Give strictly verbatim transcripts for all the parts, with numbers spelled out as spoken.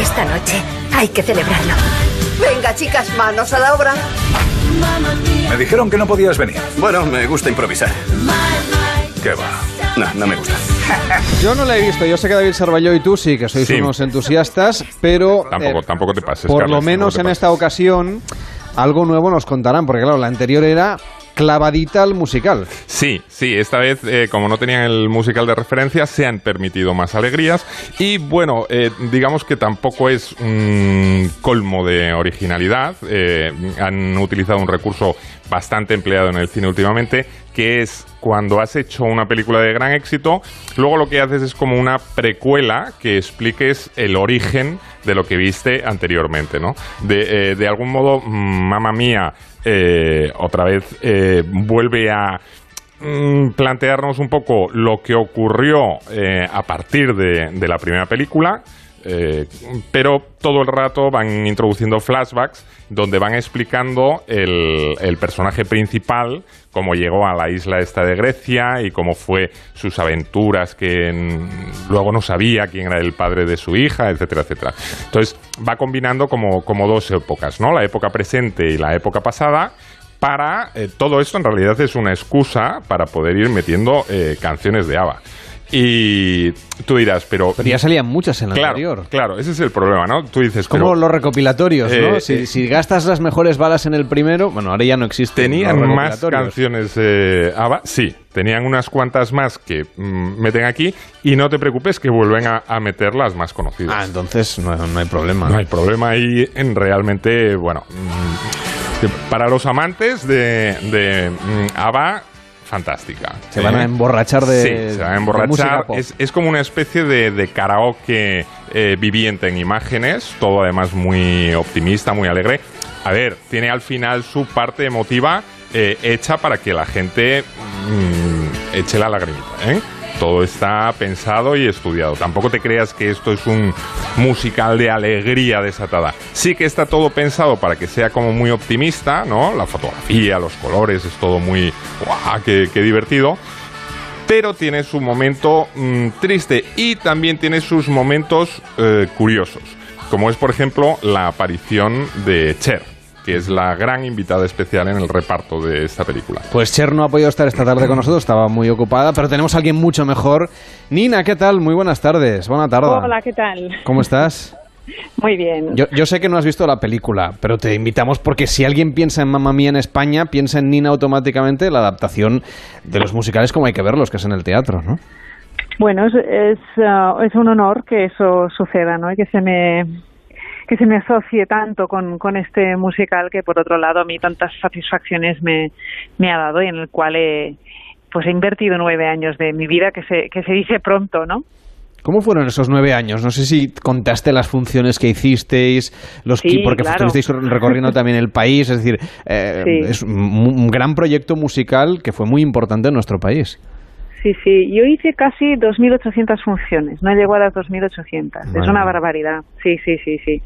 Esta noche hay que celebrarlo. Venga, chicas, manos a la obra. Me dijeron que no podías venir. Bueno, me gusta improvisar. ¿Qué va? No, no me gusta. Yo no la he visto. Yo sé que David Sarballó y tú sí, que sois Sí. unos entusiastas, pero Tampoco, eh, tampoco te pases, por Carlos, lo menos tampoco te en pases. esta ocasión algo nuevo nos contarán, porque claro, la anterior era clavadita al musical. Sí, sí, esta vez, eh, como no tenían el musical de referencia, se han permitido más alegrías y, bueno, eh, digamos que tampoco es un colmo de originalidad. Eh, han utilizado un recurso bastante empleado en el cine últimamente, que es cuando has hecho una película de gran éxito, luego lo que haces es como una precuela que expliques el origen de lo que viste anteriormente, ¿no? De, eh, de algún modo, Mamma Mía, eh, otra vez eh, vuelve a mm, plantearnos un poco lo que ocurrió eh, a partir de, de la primera película. Eh, pero todo el rato van introduciendo flashbacks donde van explicando el, el personaje principal, cómo llegó a la isla esta de Grecia y cómo fue sus aventuras, que en, luego no sabía quién era el padre de su hija, etcétera, etcétera. Entonces va combinando como, como dos épocas, ¿no? La época presente y la época pasada. Para eh, todo esto en realidad es una excusa para poder ir metiendo eh, canciones de ABBA. Y tú dirás, pero... Pero ya salían muchas en la claro, anterior. Claro, ese es el problema, ¿no? Tú dices, Como pero... los recopilatorios, ¿no? Eh, si, eh, si gastas las mejores balas en el primero, bueno, ahora ya no existen. ¿Tenían los más recopilatorios. canciones eh, ABBA? Sí, tenían unas cuantas más que mm, meten aquí y no te preocupes que vuelven a, a meter las más conocidas. Ah, entonces no, no hay problema. No hay problema ahí en realmente, bueno, mm, para los amantes de, de mm, ABBA, fantástica. Se ¿eh? van a emborrachar de Sí, se van a de emborrachar. música pop. Es, es como una especie de, de karaoke eh, viviente en imágenes, todo además muy optimista, muy alegre. A ver, tiene al final su parte emotiva eh, hecha para que la gente mmm, eche la lagrimita, ¿eh? Todo está pensado y estudiado. Tampoco te creas que esto es un musical de alegría desatada. Sí que está todo pensado para que sea como muy optimista, ¿no? La fotografía, los colores, es todo muy... ¡guau! ¡Qué, qué divertido! Pero tiene su momento mmm, triste y también tiene sus momentos eh, curiosos. Como es, por ejemplo, la aparición de Cher, que es la gran invitada especial en el reparto de esta película. Pues Cher no ha podido estar esta tarde con nosotros, estaba muy ocupada, pero tenemos a alguien mucho mejor. Nina, ¿qué tal? Muy buenas tardes. Buena tarde. Hola, ¿qué tal? ¿Cómo estás? Muy bien. Yo, yo sé que no has visto la película, pero te invitamos porque si alguien piensa en Mamma Mía en España, piensa en Nina automáticamente, la adaptación de los musicales como hay que verlos, que es en el teatro, ¿no? Bueno, es, es, uh, es un honor que eso suceda, ¿no? Y que se me... que se me asocie tanto con, con este musical que, por otro lado, a mí tantas satisfacciones me, me ha dado y en el cual he, pues he invertido nueve años de mi vida, que se, que se dice pronto, ¿no? ¿Cómo fueron esos nueve años? No sé si contaste las funciones que hicisteis, los Sí, que, porque claro. estuvisteis recorriendo también el país, es decir, eh, Sí. es un, un gran proyecto musical que fue muy importante en nuestro país. Sí, sí. Yo hice casi dos mil ochocientas funciones. No llegó a las dos mil ochocientas. Bueno. Es una barbaridad. Sí, sí, sí, sí.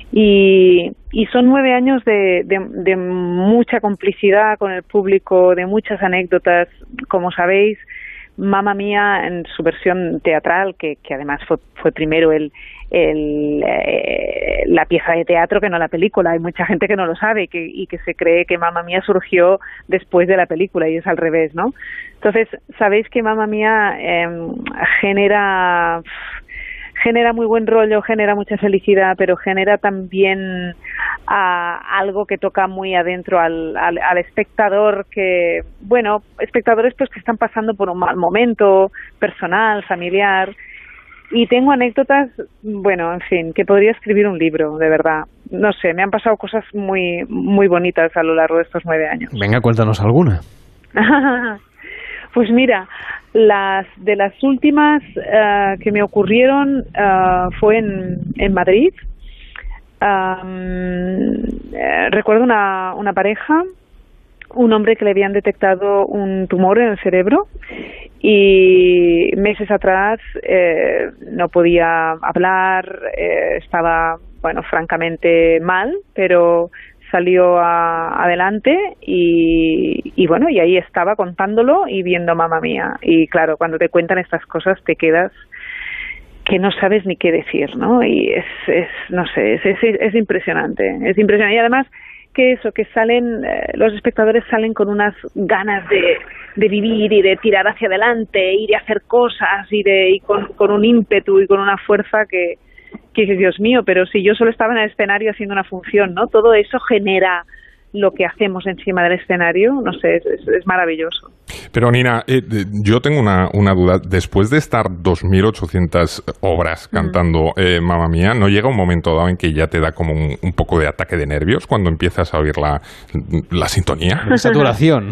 Y, y son nueve años de, de, de mucha complicidad con el público, de muchas anécdotas. Como sabéis, Mamma Mía en su versión teatral, que, que además fue, fue primero el, el, eh, la pieza de teatro que no la película. Hay mucha gente que no lo sabe que, y que se cree que Mamma Mía surgió después de la película y es al revés, ¿no? Entonces, sabéis que Mamma Mía eh, genera... genera muy buen rollo, genera mucha felicidad, pero genera también a, algo que toca muy adentro al, al, al espectador, que, bueno, espectadores pues que están pasando por un mal momento personal, familiar, y tengo anécdotas, bueno, en fin, que podría escribir un libro, de verdad. No sé, me han pasado cosas muy, muy bonitas a lo largo de estos nueve años. Venga, cuéntanos alguna. Pues mira, las de las últimas uh, que me ocurrieron uh, fue en, en Madrid. Um, eh, recuerdo una, una pareja, un hombre que le habían detectado un tumor en el cerebro y meses atrás eh, no podía hablar, eh, estaba, bueno, francamente mal, pero salió a, adelante y, y bueno, y ahí estaba contándolo y viendo Mamma Mía. Y claro, cuando te cuentan estas cosas te quedas que no sabes ni qué decir, ¿no? Y es, es no sé, es, es, es impresionante, es impresionante. Y además que eso, que salen, eh, los espectadores salen con unas ganas de, de vivir y de tirar hacia adelante y de hacer cosas y de y con, con un ímpetu y con una fuerza que, que, Dios mío, pero si yo solo estaba en el escenario haciendo una función, ¿no? Todo eso genera lo que hacemos encima del escenario, no sé, es, es maravilloso. Pero Nina, eh, yo tengo una, una duda. Después de estar dos mil ochocientas obras cantando eh, Mamma Mía, ¿no llega un momento dado en que ya te da como un, un poco de ataque de nervios cuando empiezas a oír la, la sintonía? Saturación.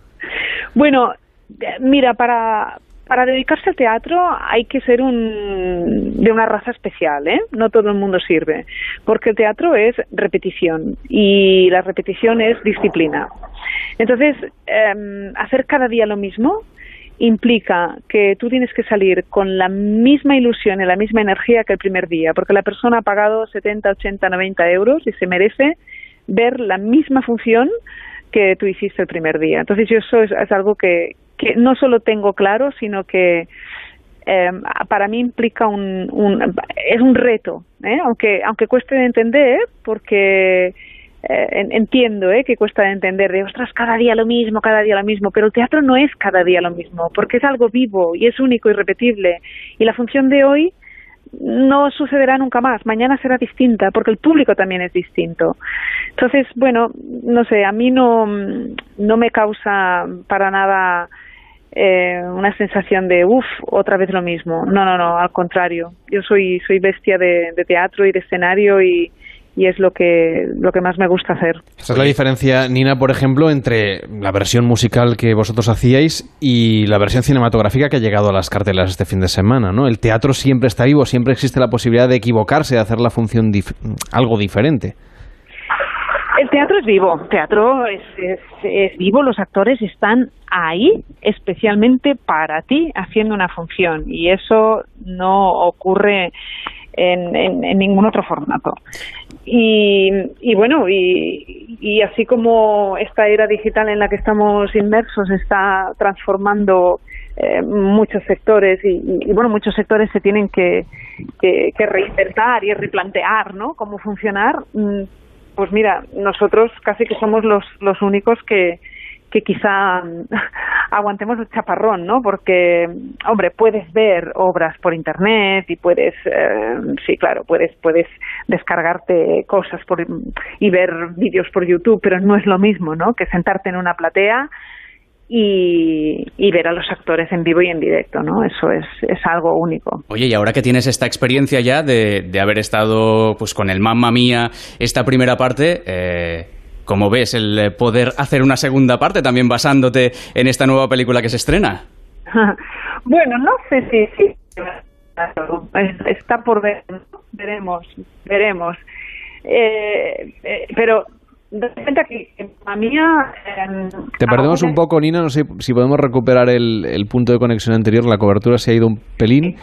Bueno, mira, para... Para dedicarse al teatro hay que ser un, de una raza especial, ¿eh? No todo el mundo sirve, porque el teatro es repetición y la repetición es disciplina. Entonces, eh, hacer cada día lo mismo implica que tú tienes que salir con la misma ilusión y la misma energía que el primer día, porque la persona ha pagado setenta, ochenta, noventa euros y se merece ver la misma función que tú hiciste el primer día. Entonces, yo eso es, es algo que que no solo tengo claro, sino que eh, para mí implica un, un es un reto, ¿eh? aunque aunque cueste de entender, porque eh, entiendo ¿eh? que cuesta de entender, de ostras, cada día lo mismo, cada día lo mismo, pero el teatro no es cada día lo mismo, porque es algo vivo y es único y repetible, y la función de hoy no sucederá nunca más, mañana será distinta, porque el público también es distinto. Entonces, bueno, no sé, a mí no, no me causa para nada Eh, una sensación de uff, otra vez lo mismo. No, no, no, al contrario. Yo soy soy bestia de, de teatro y de escenario y, y es lo que lo que más me gusta hacer. Esa es la diferencia, Nina, por ejemplo, entre la versión musical que vosotros hacíais y la versión cinematográfica que ha llegado a las cartelas este fin de semana, ¿no? El teatro siempre está vivo, siempre existe la posibilidad de equivocarse, de hacer la función dif- algo diferente. El teatro es vivo, el teatro es, es, es vivo, los actores están ahí especialmente para ti haciendo una función y eso no ocurre en, en, en ningún otro formato. Y, y bueno, y, y así como esta era digital en la que estamos inmersos está transformando eh, muchos sectores y, y, y bueno, muchos sectores se tienen que, que, que reinventar y replantear, ¿no? Cómo funcionar. Pues mira, nosotros casi que somos los, los únicos que, que quizá aguantemos el chaparrón, ¿no? Porque, hombre, puedes ver obras por internet y puedes, eh, sí, claro, puedes puedes descargarte cosas por, y ver vídeos por YouTube, pero no es lo mismo, ¿no? Que sentarte en una platea y, y ver a los actores en vivo y en directo, ¿no? Eso es, es algo único. Oye, y ahora que tienes esta experiencia ya de, de haber estado pues con el Mamma Mía, esta primera parte, eh, ¿cómo ves el poder hacer una segunda parte también basándote en esta nueva película que se estrena? Bueno, no sé si... si está por ver, veremos, veremos. Eh, eh, pero... De cuenta que a mí eh, te perdemos un poco, Nina, no sé si podemos recuperar el, el punto de conexión anterior, la cobertura se ha ido un pelín.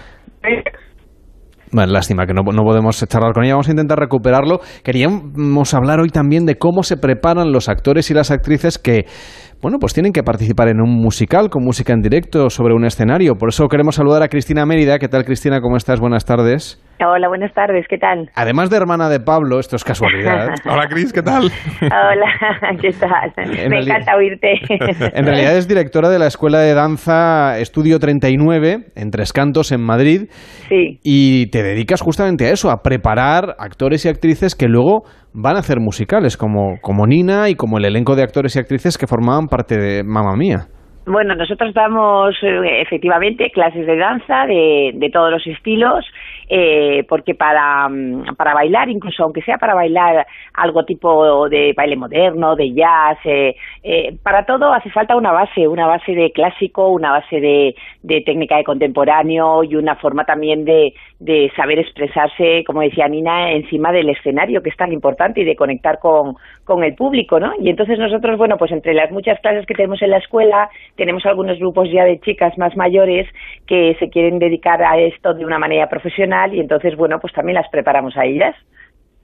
Bueno, lástima que no, no podemos charlar con ella, vamos a intentar recuperarlo. Queríamos hablar hoy también de cómo se preparan los actores y las actrices que, bueno, pues tienen que participar en un musical con música en directo sobre un escenario. Por eso queremos saludar a Cristina Mérida. ¿Qué tal, Cristina? ¿Cómo estás? Buenas tardes. Hola, buenas tardes, ¿qué tal? Además de hermana de Pablo, esto es casualidad. Hola, Cris, ¿qué tal? Hola, ¿qué tal? En Me realidad, encanta oírte. En realidad es directora de la Escuela de Danza Estudio treinta y nueve, en Tres Cantos, en Madrid. Sí. Y te dedicas justamente a eso, a preparar actores y actrices que luego van a hacer musicales, como, como Nina y como el elenco de actores y actrices que formaban parte de Mamma Mía. Bueno, nosotros damos eh, efectivamente clases de danza de, de todos los estilos, eh, porque para, para bailar, incluso aunque sea para bailar algo tipo de baile moderno, de jazz, eh, eh, para todo hace falta una base, una base de clásico, una base de, de técnica de contemporáneo y una forma también de, de saber expresarse, como decía Nina, encima del escenario, que es tan importante, y de conectar con, con el público, ¿no? Y entonces nosotros, bueno, pues entre las muchas clases que tenemos en la escuela, tenemos algunos grupos ya de chicas más mayores que se quieren dedicar a esto de una manera profesional y entonces, bueno, pues también las preparamos a ellas.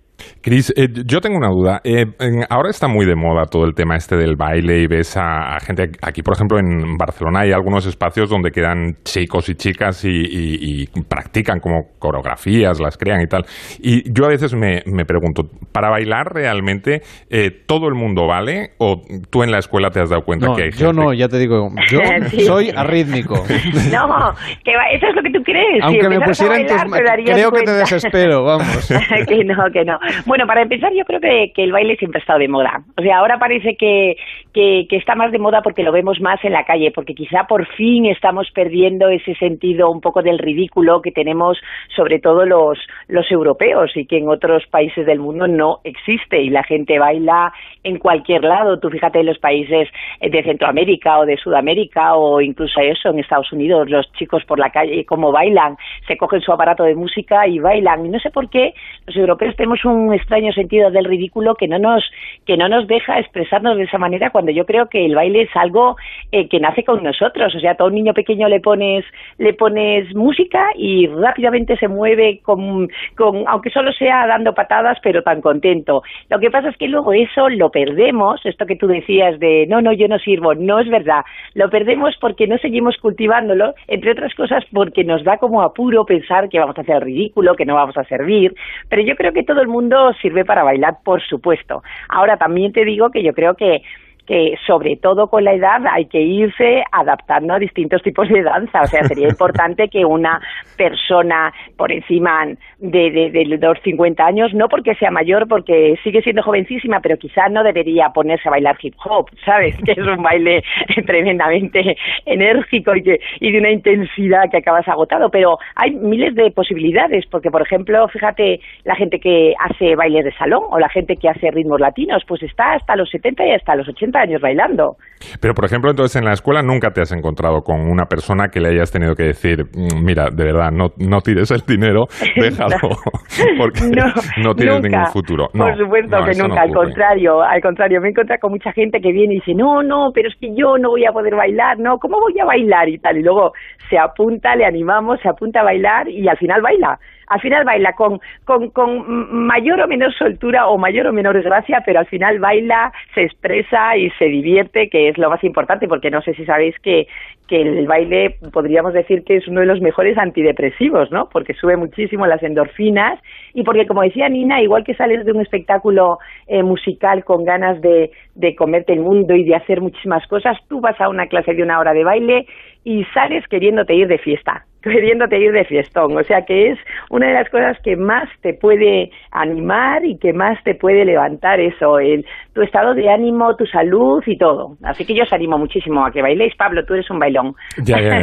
Cris, eh, yo tengo una duda. Eh, en, ahora está muy de moda todo el tema este del baile y ves a, a gente aquí, por ejemplo, en Barcelona hay algunos espacios donde quedan chicos y chicas y, y, y practican como coreografías, las crean y tal. Y yo a veces me, me pregunto, ¿para bailar realmente eh, todo el mundo vale o tú en la escuela te has dado cuenta no, que hay yo gente? no, ya te digo, yo Sí. soy arrítmico. No, que va, eso es lo que tú crees. Aunque si me pusiera en tus bailar, te darías creo que te cuenta. desespero, vamos. Que no, que no. Bueno, para empezar, yo creo que, que el baile siempre ha estado de moda. O sea, ahora parece que, que, que está más de moda porque lo vemos más en la calle, porque quizá por fin estamos perdiendo ese sentido un poco del ridículo que tenemos, sobre todo los, los europeos, y que en otros países del mundo no existe, y la gente baila en cualquier lado. Tú fíjate en los países de Centroamérica o de Sudamérica o incluso eso, en Estados Unidos, los chicos por la calle, cómo bailan, se cogen su aparato de música y bailan. Y no sé por qué los europeos tenemos un extraño sentido del ridículo que no nos que no nos deja expresarnos de esa manera, cuando yo creo que el baile es algo eh, que nace con nosotros. O sea, a todo un niño pequeño le pones le pones música y rápidamente se mueve con, con aunque solo sea dando patadas, pero tan contento. Lo que pasa es que luego eso lo perdemos, esto que tú decías de no, no, yo no sirvo, no es verdad. Lo perdemos porque no seguimos cultivándolo, entre otras cosas porque nos da como apuro pensar que vamos a hacer el ridículo, que no vamos a servir, pero yo creo que todo el mundo sirve para bailar, por supuesto. Ahora también te digo que yo creo que que sobre todo con la edad hay que irse adaptando a distintos tipos de danza. O sea, sería importante que una persona por encima de, de, de los cincuenta años, no porque sea mayor, porque sigue siendo jovencísima, pero quizás no debería ponerse a bailar hip hop, ¿sabes? Que es un baile tremendamente enérgico y, que, y de una intensidad que acabas agotado, pero hay miles de posibilidades, porque por ejemplo, fíjate, la gente que hace bailes de salón o la gente que hace ritmos latinos, pues está hasta los setenta y hasta los ochenta años bailando. Pero, por ejemplo, entonces en la escuela nunca te has encontrado con una persona que le hayas tenido que decir, mira, de verdad, no, no tires el dinero, déjalo, no, porque no, no tienes nunca, ningún futuro. No, por supuesto no, que nunca, no al contrario, al contrario, me he encontrado con mucha gente que viene y dice, no, no, pero es que yo no voy a poder bailar, no, ¿cómo voy a bailar? Y tal, y luego se apunta, le animamos, se apunta a bailar y al final baila. Al final baila con, con, con mayor o menor soltura o mayor o menor gracia, pero al final baila, se expresa y se divierte, que es lo más importante, porque no sé si sabéis que, que el baile podríamos decir que es uno de los mejores antidepresivos, ¿no? Porque sube muchísimo las endorfinas y porque, como decía Nina, igual que sales de un espectáculo eh, musical con ganas de, de comerte el mundo y de hacer muchísimas cosas, tú vas a una clase de una hora de baile y sales queriéndote ir de fiesta, queriéndote ir de fiestón. O sea que es una de las cosas que más te puede animar y que más te puede levantar eso, el, tu estado de ánimo, tu salud y todo. Así que yo os animo muchísimo a que bailéis. Pablo, tú eres un bailón. Ya, ya,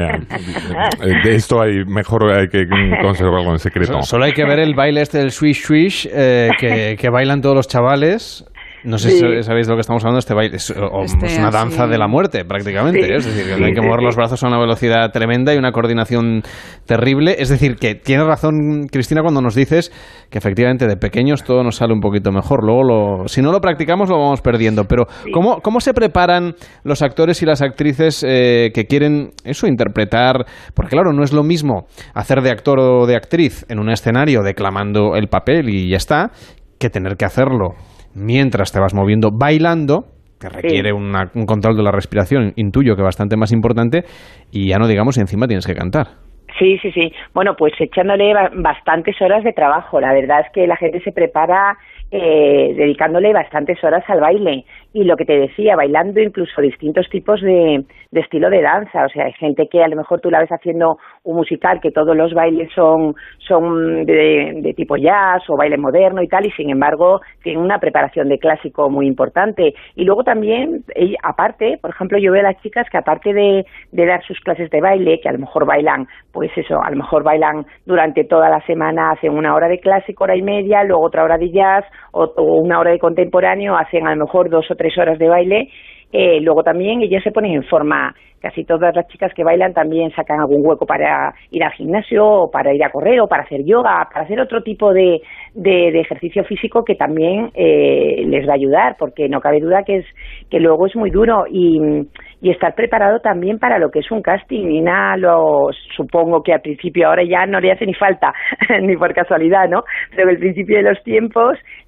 ya. De esto hay, mejor hay que conservarlo en secreto. Solo hay que ver el baile este del swish swish eh, que, que bailan todos los chavales. No sé sí. si sabéis de lo que estamos hablando, este baile es, este, es una danza sí. de la muerte prácticamente, sí. ¿eh? Es decir, que sí, hay que mover sí, los brazos a una velocidad tremenda y una coordinación terrible. Es decir, que tienes razón, Cristina, cuando nos dices que efectivamente de pequeños todo nos sale un poquito mejor. Luego, lo, si no lo practicamos, lo vamos perdiendo. Pero sí. ¿cómo, ¿cómo se preparan los actores y las actrices eh, que quieren eso, interpretar? Porque claro, no es lo mismo hacer de actor o de actriz en un escenario declamando el papel y ya está, que tener que hacerlo mientras te vas moviendo bailando, que requiere sí. una, un control de la respiración, intuyo que bastante más importante, y ya no digamos si encima tienes que cantar. Sí, sí, sí. Bueno, pues echándole bastantes horas de trabajo. La verdad es que la gente se prepara eh, dedicándole bastantes horas al baile. Y lo que te decía, bailando incluso distintos tipos de, de estilo de danza. O sea, hay gente que a lo mejor tú la ves haciendo un musical, que todos los bailes son, son de, de tipo jazz o baile moderno y tal, y sin embargo tienen una preparación de clásico muy importante. Y luego también, aparte, por ejemplo, yo veo a las chicas que aparte de, de dar sus clases de baile, que a lo mejor bailan, pues eso, a lo mejor bailan durante toda la semana, hacen una hora de clásico, hora y media, luego otra hora de jazz, o, o una hora de contemporáneo, hacen a lo mejor dos o tres horas de baile. Eh, luego también ellas se ponen en forma, casi todas las chicas que bailan también sacan algún hueco para ir al gimnasio o para ir a correr o para hacer yoga, para hacer otro tipo de, de, de ejercicio físico que también eh, les va a ayudar, porque no cabe duda que es que luego es muy duro y, y estar preparado también para lo que es un casting. Y nada, lo supongo que al principio, ahora ya no le hace ni falta ni por casualidad, ¿no? Pero al principio de los tiempos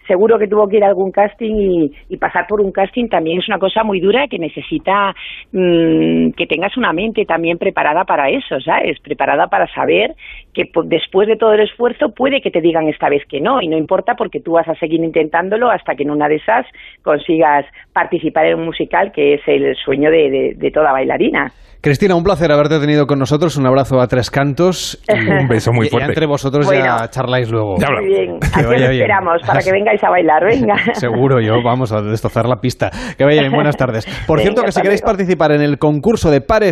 seguro que tuvo que ir a algún casting y, y pasar por un casting también es una cosa muy dura que necesita mmm, que tengas una mente también preparada para eso, ¿sabes? Preparada para saber que pues, después de todo el esfuerzo puede que te digan esta vez que no, y no importa porque tú vas a seguir intentándolo hasta que en una de esas consigas participar en un musical que es el sueño de, de, de toda bailarina. Cristina, un placer haberte tenido con nosotros. Un abrazo a tres cantos. Y un beso muy fuerte. Y entre vosotros bueno, ya charláis luego. Ya muy bien. Aquí os esperamos bien. Para que vengáis a bailar. Venga. Seguro, yo vamos a destrozar la pista. Que vaya bien, buenas tardes. Por Venga, cierto, que si queréis luego. participar en el concurso de pares